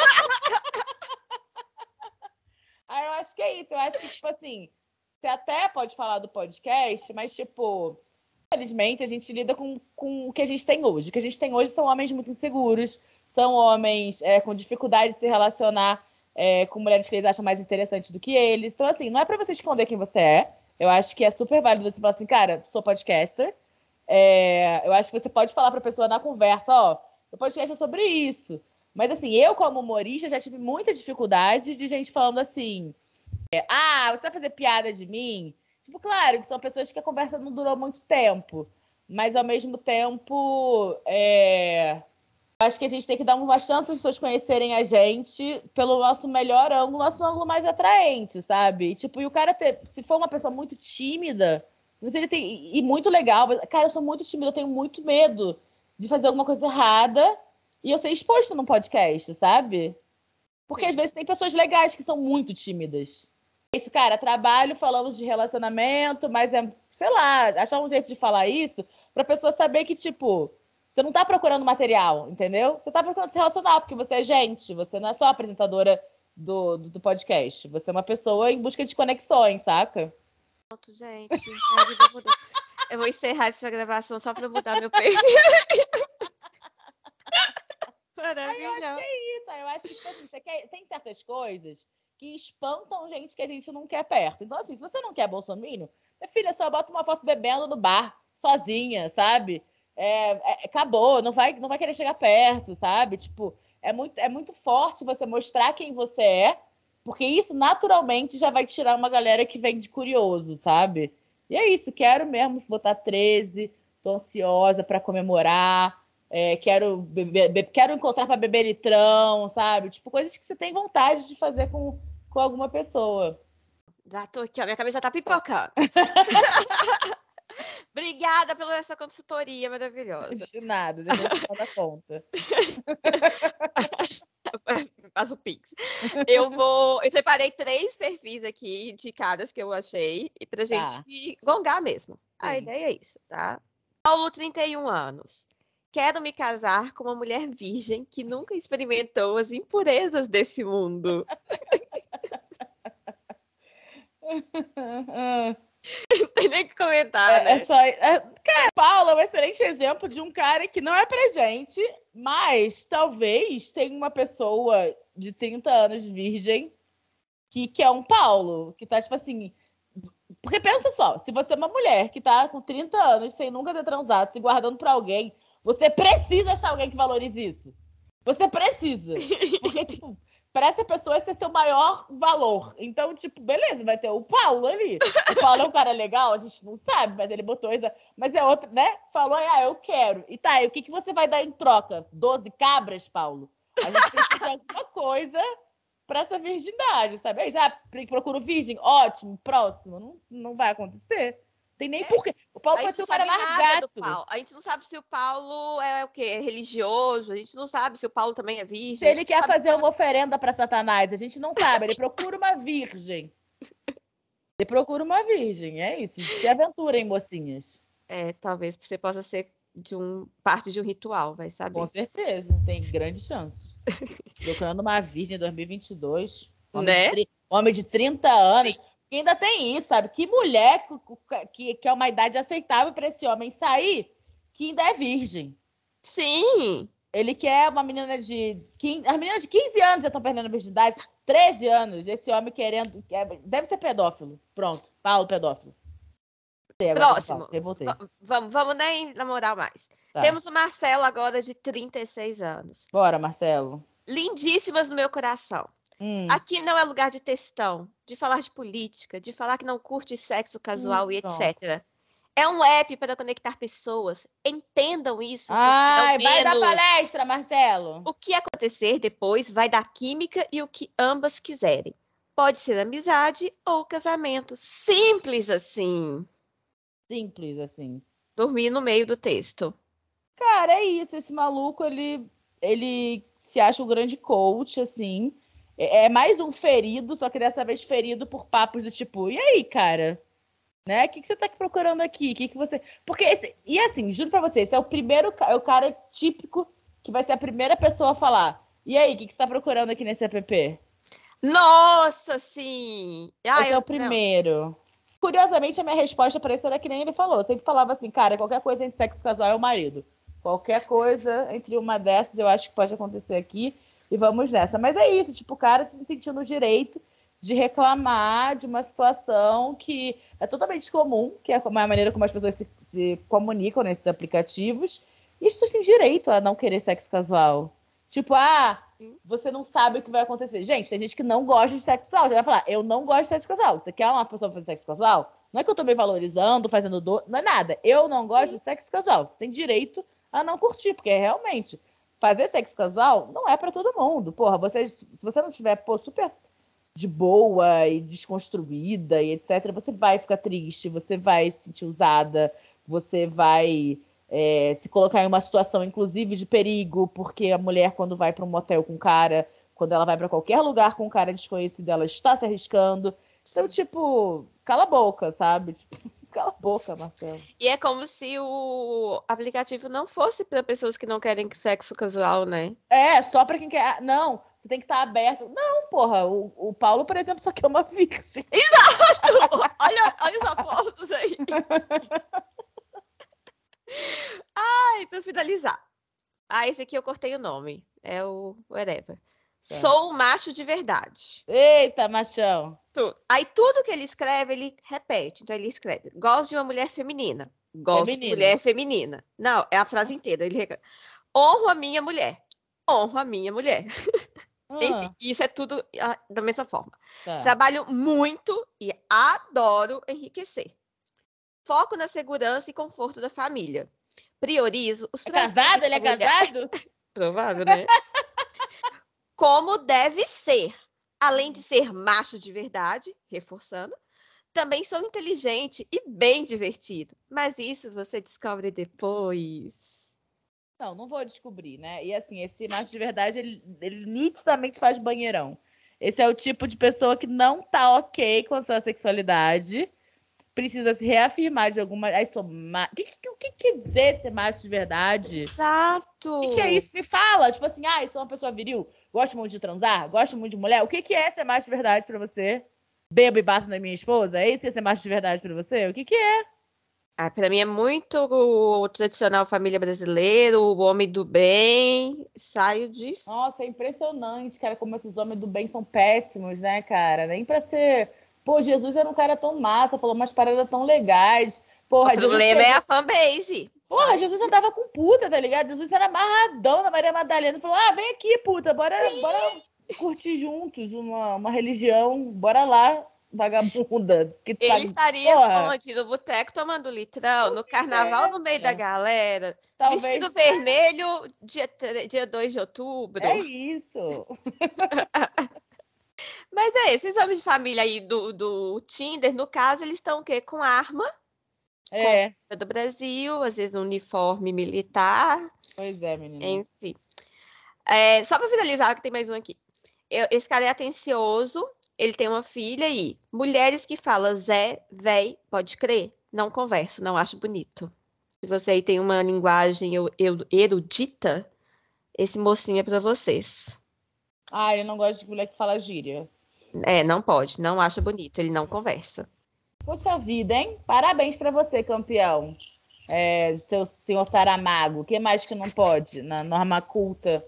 S2: Ah, eu acho que é isso. Eu acho que, tipo assim, você até pode falar do podcast, mas, tipo, infelizmente, a gente lida com, com o que a gente tem hoje. O que a gente tem hoje são homens muito inseguros, são homens é, com dificuldade de se relacionar é, com mulheres que eles acham mais interessantes do que eles. Então, assim, não é pra você esconder quem você é. Eu acho que é super válido você falar assim, cara, sou podcaster. É, eu acho que você pode falar pra pessoa na conversa, ó, o podcast é sobre isso. Mas, assim, eu, como humorista, já tive muita dificuldade de gente falando assim, é, ah, você vai fazer piada de mim? Tipo, claro que são pessoas que a conversa não durou muito tempo, mas ao mesmo tempo, é... acho que a gente tem que dar uma chance para as pessoas conhecerem a gente pelo nosso melhor ângulo, nosso ângulo mais atraente, sabe? E, tipo, e o cara ter, se for uma pessoa muito tímida, você ele tem e muito legal, cara, eu sou muito tímida, eu tenho muito medo de fazer alguma coisa errada e eu ser exposto num podcast, sabe? Porque
S1: Sim.
S2: às vezes tem pessoas legais que são muito tímidas. É isso, cara, trabalho, falamos de relacionamento, mas é, sei lá, achar um jeito de falar isso pra pessoa saber que, tipo, você não tá procurando material, entendeu? Você tá procurando se relacionar, porque você é gente, você não é só apresentadora do, do, do podcast. Você é uma pessoa em busca de conexões, saca?
S1: Pronto, gente. Minha vida mudou. Eu vou encerrar essa gravação só pra mudar meu perfil.
S2: Aí eu acho que
S1: Maravilhoso.
S2: é isso. Aí eu acho que, tipo assim, você quer... tem certas coisas que espantam gente que a gente não quer perto. Então, assim, se você não quer bolsominion, minha filha, só bota uma foto bebendo no bar, sozinha, sabe? É, é, acabou, não vai, não vai querer chegar perto, sabe? Tipo, é muito, é muito forte você mostrar quem você é, porque isso naturalmente já vai tirar uma galera que vem de curioso, sabe? E é isso, quero mesmo botar treze, tô ansiosa pra comemorar. É, quero, beber, be, quero encontrar para beber litrão, sabe? Tipo, coisas que você tem vontade de fazer com, com alguma pessoa.
S1: Já tô aqui, ó. Minha cabeça já tá pipocando. Obrigada pela essa consultoria maravilhosa.
S2: De nada, depois você manda conta.
S1: Faz o Pix. Eu vou. Eu separei três perfis aqui de caras que eu achei, e pra gente
S2: Tá.
S1: se gongar mesmo. A
S2: Sim.
S1: ideia é isso, tá? Paulo, trinta e um anos. Quero me casar com uma mulher virgem que nunca experimentou as impurezas desse mundo. Não tem nem o que comentar,
S2: É, é
S1: né?
S2: só. É... Cara, Paulo é um excelente exemplo de um cara que não é pra gente, mas talvez tenha uma pessoa de trinta anos virgem que, que é um Paulo, que tá tipo assim. Porque pensa só, se você é uma mulher que tá com trinta anos, sem nunca ter transado, se guardando pra alguém, você precisa achar alguém que valorize isso. Você precisa. Porque, tipo, pra essa pessoa esse é seu maior valor. Então, tipo, beleza, vai ter o Paulo ali. O Paulo é um cara legal, a gente não sabe, mas ele botou isso. Mas é outro, né? Falou, ah, eu quero. E tá, e o que, que você vai dar em troca? Doze cabras, Paulo? A gente precisa de alguma coisa para essa virgindade, sabe? Aí já procura o virgem, ótimo, próximo. Não, não vai acontecer. Tem nem
S1: É,
S2: porquê. O Paulo
S1: a
S2: pode
S1: gente
S2: ser
S1: não
S2: o cara
S1: sabe
S2: mais
S1: nada do
S2: gato.
S1: Paulo. A gente não sabe se o Paulo é o quê? É religioso. A gente não sabe se o Paulo também é
S2: Se
S1: virgem. A
S2: ele
S1: gente não
S2: quer
S1: sabe
S2: fazer
S1: nada.
S2: uma oferenda para Satanás, a gente não sabe. Ele procura uma virgem. Ele procura uma virgem, é isso. Se aventurem, mocinhas.
S1: É, talvez você possa ser de um parte de um ritual, vai saber.
S2: Com certeza, tem grande chance. Procurando uma virgem em dois mil e vinte e dois. Homem,
S1: Né?
S2: de, tri... homem de trinta anos. Que ainda tem isso, sabe? Que mulher que, que é uma idade aceitável para esse homem sair, que ainda é virgem.
S1: Sim!
S2: Ele quer uma menina de... quinze... As meninas de quinze anos já estão perdendo a virgindade. treze anos. Esse homem querendo... Deve ser pedófilo. Pronto. Paulo, pedófilo.
S1: Próximo.
S2: V-
S1: vamos, vamos nem namorar mais.
S2: Tá.
S1: Temos o Marcelo agora de trinta e seis anos.
S2: Bora, Marcelo.
S1: Lindíssimas no meu coração.
S2: Hum.
S1: Aqui não é lugar de textão, de falar de política, de falar que não curte sexo casual hum, e etcétera. Não. É um app para conectar pessoas. Entendam isso.
S2: Ai, vai dar palestra, Marcelo.
S1: O que acontecer depois vai dar química e o que ambas quiserem. Pode ser amizade ou casamento. Simples assim.
S2: Simples assim.
S1: Dormir no meio do texto.
S2: Cara, é isso. Esse maluco, ele, ele se acha um grande coach, assim. É mais um ferido, só que dessa vez ferido por papos do tipo, e aí, cara? Né? O que, que você tá procurando aqui? Que que você... Porque esse... E assim, juro pra você, esse é o primeiro... É o cara típico que vai ser a primeira pessoa a falar. E aí, o que, que você tá procurando aqui nesse app?
S1: Nossa, sim!
S2: Ah, esse eu... é o primeiro. Não. Curiosamente, a minha resposta para isso era que nem ele falou. Eu sempre falava assim, cara, qualquer coisa entre sexo casual é o marido. Qualquer coisa entre uma dessas eu acho que pode acontecer aqui. E vamos nessa. Mas é isso, tipo, o cara se sentindo no direito de reclamar de uma situação que é totalmente comum, que é a maneira como as pessoas se, se comunicam nesses aplicativos. E as pessoas têm direito a não querer sexo casual. Tipo, ah, você não sabe o que vai acontecer. Gente, tem gente que não gosta de sexo casual. Já vai falar, eu não gosto de sexo casual. Você quer uma pessoa fazer sexo casual? Não é que eu tô me valorizando, fazendo dor, não é nada. Eu não gosto de sexo casual. Você tem direito a não curtir, porque realmente... Fazer sexo casual não é pra todo mundo. Porra, você, se você não estiver pô, super de boa e desconstruída e etcétera, você vai ficar triste, você vai se sentir usada, você vai é, se colocar em uma situação, inclusive, de perigo, porque a mulher, quando vai para um motel com um cara, quando ela vai para qualquer lugar com um cara desconhecido, ela está se arriscando. Então, tipo, cala a boca, sabe? Tipo, cala a boca, Marcelo.
S1: E é como se o aplicativo não fosse para pessoas que não querem sexo casual, né?
S2: É, só para quem quer. Não, você tem que estar aberto. Não, porra, o, o Paulo, por exemplo, só quer uma virgem.
S1: Exato! olha, olha os apostos aí. Ai, para finalizar. Ah, esse aqui eu cortei o nome. É o whatever. É. Sou um macho de verdade.
S2: Eita, machão.
S1: Tudo. Aí tudo que ele escreve, ele repete. Então ele escreve, gosto de uma mulher feminina. Gosto feminina. de mulher feminina. Não, é a frase inteira. Ele reclama. Honro a minha mulher. Honro a minha mulher. Ah. Enfim, isso é tudo da mesma forma. Tá. Trabalho muito e adoro enriquecer. Foco na segurança e conforto da família. Priorizo os
S2: é casado? Ele é mulher. casado?
S1: Provável, né? Como deve ser. Além de ser macho de verdade, reforçando, também sou inteligente e bem divertido. Mas isso você descobre depois.
S2: Não, não vou descobrir, né? E assim, esse macho de verdade, ele, ele nitidamente faz banheirão. Esse é o tipo de pessoa que não tá ok com a sua sexualidade, precisa se reafirmar de alguma... Ai, sou ma... O que, que, que, que vê ser macho de verdade?
S1: Exato!
S2: O que, que é isso? Me fala! Tipo assim, ah, sou uma pessoa viril, gosto muito de transar, gosto muito de mulher. O que, que é ser macho de verdade pra você? Bebo e bato na minha esposa? É isso que é ser macho de verdade pra você? O que, que é?
S1: Ah, para mim é muito o tradicional família brasileira, o homem do bem. Saio de.
S2: Nossa, é impressionante, cara, como esses homens do bem são péssimos, né, cara? Nem pra ser. Pô, Jesus era um cara tão massa, falou umas paradas tão legais. Porra,
S1: o problema Jesus... é a fanbase.
S2: Porra, Ai. Jesus andava com puta, tá ligado? Jesus era amarradão da Maria Madalena. Falou, ah, vem aqui, puta, bora, bora curtir juntos uma, uma religião, bora lá. Vagabunda. Que
S1: ele
S2: sabe,
S1: estaria onde? No boteco tomando litrão, no carnaval é, no meio é. da galera, Talvez... vestido vermelho, dia, dia dois de outubro.
S2: É isso.
S1: Mas é, esses homens de família aí do, do Tinder, no caso, eles estão o quê? Com arma.
S2: É.
S1: Com do Brasil, às vezes um uniforme militar.
S2: Pois é, menina.
S1: Enfim. É, só para finalizar, que tem mais um aqui. Eu, esse cara é atencioso. Ele tem uma filha e mulheres que falam Zé, véi, pode crer, não converso, não acho bonito. Se você aí tem uma linguagem eu- eu- erudita, esse mocinho é pra vocês.
S2: Ah, eu não gosto de mulher que fala gíria.
S1: É, não pode, não acha bonito, ele não conversa.
S2: Poxa vida, hein? Parabéns pra você, campeão. É, seu senhor Saramago. O que mais que não pode na norma culta?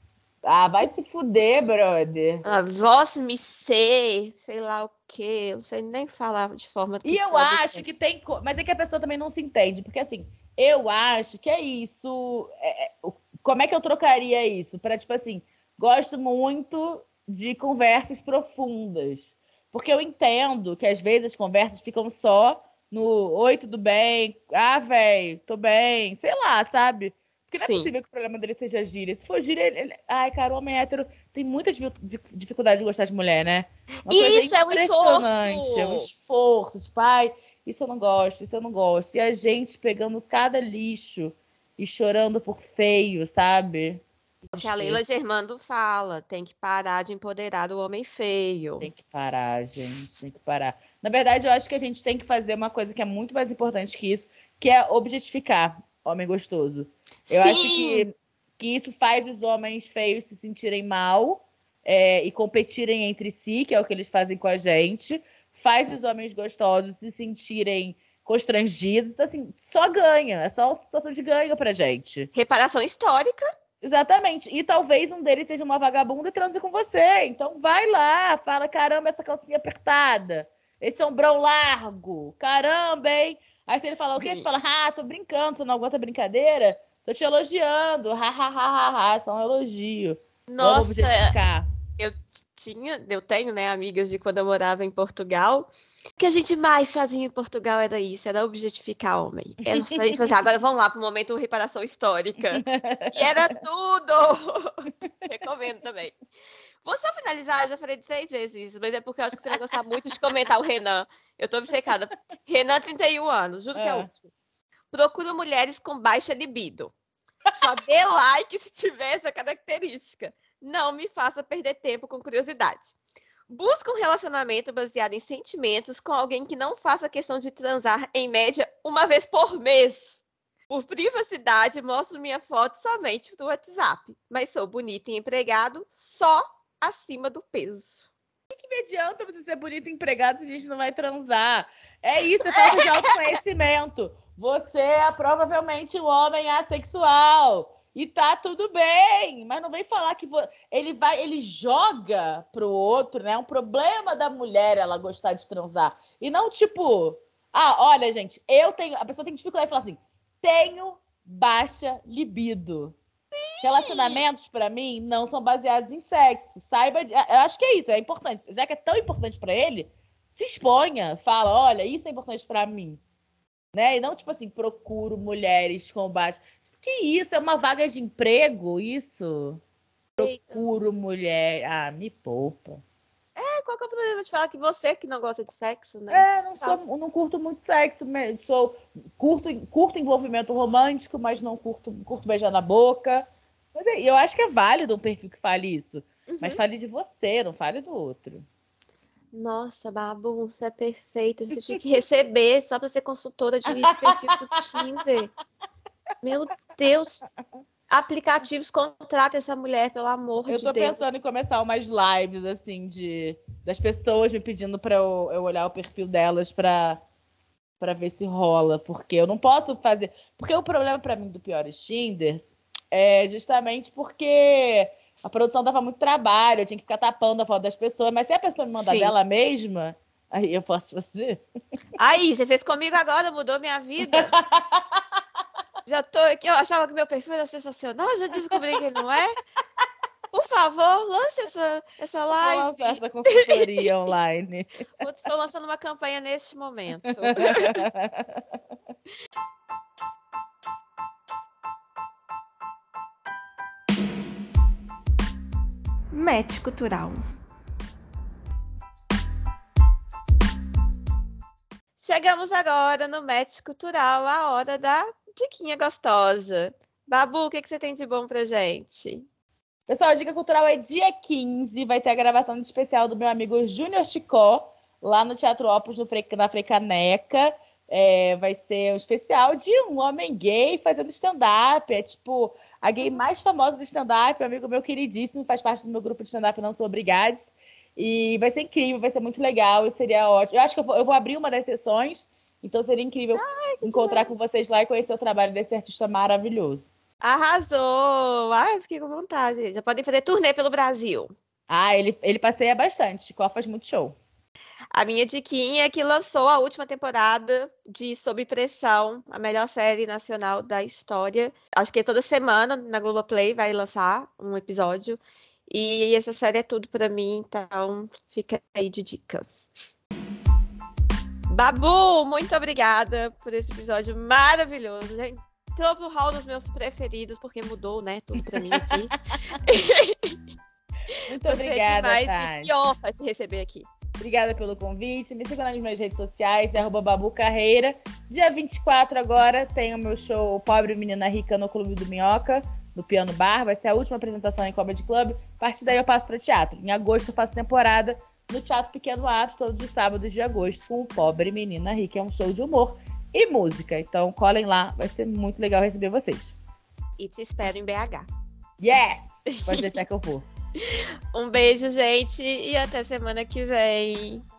S2: Ah, vai se fuder, brother.
S1: Ah, voz me ser, sei lá o quê, não sei nem falar de forma que
S2: E eu
S1: sobe.
S2: acho que tem. co- Mas é que a pessoa também não se entende. Porque assim, eu acho que é isso. é- é- o- Como é que eu trocaria isso? Para, tipo assim, gosto muito de conversas profundas. Porque eu entendo que às vezes as conversas ficam só no oi, tudo bem? Ah, velho, tô bem. Sei lá, sabe? Porque não é
S1: Sim.
S2: possível que o problema dele seja gíria. Se for gíria, ele... ele- ai, cara, o homem hétero tem muita difi- dificuldade de gostar de mulher, né? Uma coisa
S1: E isso é um
S2: impressionante, é um
S1: esforço!
S2: esforço, tipo, ai, isso eu não gosto, isso eu não gosto. E a gente pegando cada lixo e chorando por feio, sabe?
S1: O que a Leila Germando fala, tem que parar de empoderar o homem feio.
S2: Tem que parar, gente, tem que parar. Na verdade, eu acho que a gente tem que fazer uma coisa que é muito mais importante que isso, que é objetificar homem gostoso. Eu acho
S1: Sim!
S2: que, que isso faz os homens feios se sentirem mal é, e competirem entre si, que é o que eles fazem com a gente. Faz os homens gostosos se sentirem constrangidos. Então, assim, só ganha. É só uma situação de ganho pra gente.
S1: Reparação histórica.
S2: Exatamente. E talvez um deles seja uma vagabunda e transe com você. Então vai lá, fala: caramba, essa calcinha apertada, esse ombrão largo, caramba, hein? Aí se ele falar o quê? Você fala: ah, tô brincando, você não aguenta brincadeira? Tô te elogiando, ha, ha, ha, ha, ha. Só um elogio. Vamos
S1: Nossa,
S2: objetificar.
S1: eu tinha, eu tenho, né, amigas de quando eu morava em Portugal. O que a gente mais fazia em Portugal era isso, era objetificar homem. Era só a gente fazia, agora vamos lá para o momento reparação histórica. E era tudo! Recomendo também. Vou só finalizar, eu já falei de seis vezes isso, mas é porque eu acho que você vai gostar muito de comentar o Renan. Eu tô obcecada. Renan, trinta e um anos, juro que é o
S2: Ah.
S1: último. Procuro mulheres com baixa libido. Só dê like se tiver essa característica. Não me faça perder tempo com curiosidade. Busca um relacionamento baseado em sentimentos com alguém que não faça questão de transar em média uma vez por mês. Por privacidade, mostro minha foto somente no WhatsApp, mas sou bonita e empregado só acima do peso.
S2: O que me adianta você ser bonito e empregado se a gente não vai transar? É isso, é falta de autoconhecimento. Você é provavelmente um homem assexual. E tá tudo bem, mas não vem falar que vo... ele vai, ele joga pro outro, né? É um problema da mulher ela gostar de transar. E não tipo, ah, olha, gente, eu tenho, a pessoa tem dificuldade de falar assim: tenho baixa libido. Relacionamentos, pra mim, não são baseados em sexo. Saiba, de- eu acho que é isso, é importante. Já que é tão importante pra ele, se exponha, fala, olha, isso é importante pra mim. Né? E não, tipo assim, procuro mulheres com baixo. Que isso? É uma vaga de emprego, isso? Procuro mulher. Ah, me poupa.
S1: É, qual que é o problema de falar que você que não gosta de sexo, né?
S2: É, não, sou, não curto muito sexo, me- sou, curto, curto envolvimento romântico, mas não curto, curto beijar na boca. Mas é, eu acho que é válido um perfil que fale isso.
S1: Uhum.
S2: Mas fale de você, não fale do outro.
S1: Nossa, Babu, você é perfeita. Você tinha que receber só para ser consultora de perfil do Tinder. Meu Deus. Aplicativos, contrata essa mulher, pelo amor
S2: Eu
S1: de
S2: tô
S1: Deus.
S2: pensando em começar umas lives, assim, de das pessoas me pedindo pra eu, eu olhar o perfil delas pra, pra ver se rola. Porque eu não posso fazer... Porque o problema pra mim do Piores Tinders é justamente porque a produção dava muito trabalho, eu tinha que ficar tapando a foto das pessoas. Mas se a pessoa me mandar
S1: Sim.
S2: dela mesma, aí eu posso fazer.
S1: Aí, você fez comigo agora, mudou minha vida. Já tô aqui, eu achava que meu perfil era sensacional, já descobri que não é. Por favor, lance essa, essa
S2: Vou
S1: live.
S2: lançar essa consultoria online.
S1: Estou lançando uma campanha neste momento. Match cultural. Chegamos agora no Match Cultural, a hora da diquinha gostosa. Babu, o que, que você tem de bom pra gente?
S2: Pessoal, a Dica Cultural é dia quinze, vai ter a gravação de especial do meu amigo Júnior Chicó, lá no Teatro Opus, no Fre... na Frecaneca. É, vai ser um especial de um homem gay fazendo stand-up. É tipo a gay mais famosa do stand-up, um amigo meu queridíssimo, faz parte do meu grupo de stand-up Não Sou Obrigados. E vai ser incrível, vai ser muito legal e seria ótimo. Eu acho que eu vou, eu vou abrir uma das sessões, então seria incrível Ai, encontrar demais. com vocês lá e conhecer o trabalho desse artista maravilhoso.
S1: Arrasou! Ai, fiquei com vontade. Já podem fazer turnê pelo Brasil.
S2: Ah, ele, ele passeia bastante. Qual faz muito show.
S1: A minha diquinha é que lançou a última temporada de Sob Pressão, a melhor série nacional da história. Acho que toda semana na Globoplay vai lançar um episódio. E essa série é tudo pra mim, então fica aí de dica. Babu, muito obrigada por esse episódio maravilhoso. Já entrou pro hall dos meus preferidos, porque mudou, né? Tudo pra mim aqui.
S2: Muito obrigada, Tati.
S1: Que honra te receber aqui.
S2: Obrigada pelo convite. Me siga nas minhas redes sociais, é arroba Babu Carreira. Dia vinte e quatro agora tem o meu show Pobre Menina Rica no Clube do Minhoca, no Piano Bar. Vai ser a última apresentação em Comedy Club. A partir daí eu passo para teatro. Em agosto eu faço temporada no Teatro Pequeno Ato, todos os sábados de agosto, com o Pobre Menina Rica. É um show de humor e música. Então colhem lá, vai ser muito legal receber vocês.
S1: E te espero em B H.
S2: Yes! Pode deixar que eu vou.
S1: Um beijo, gente, e até semana que vem.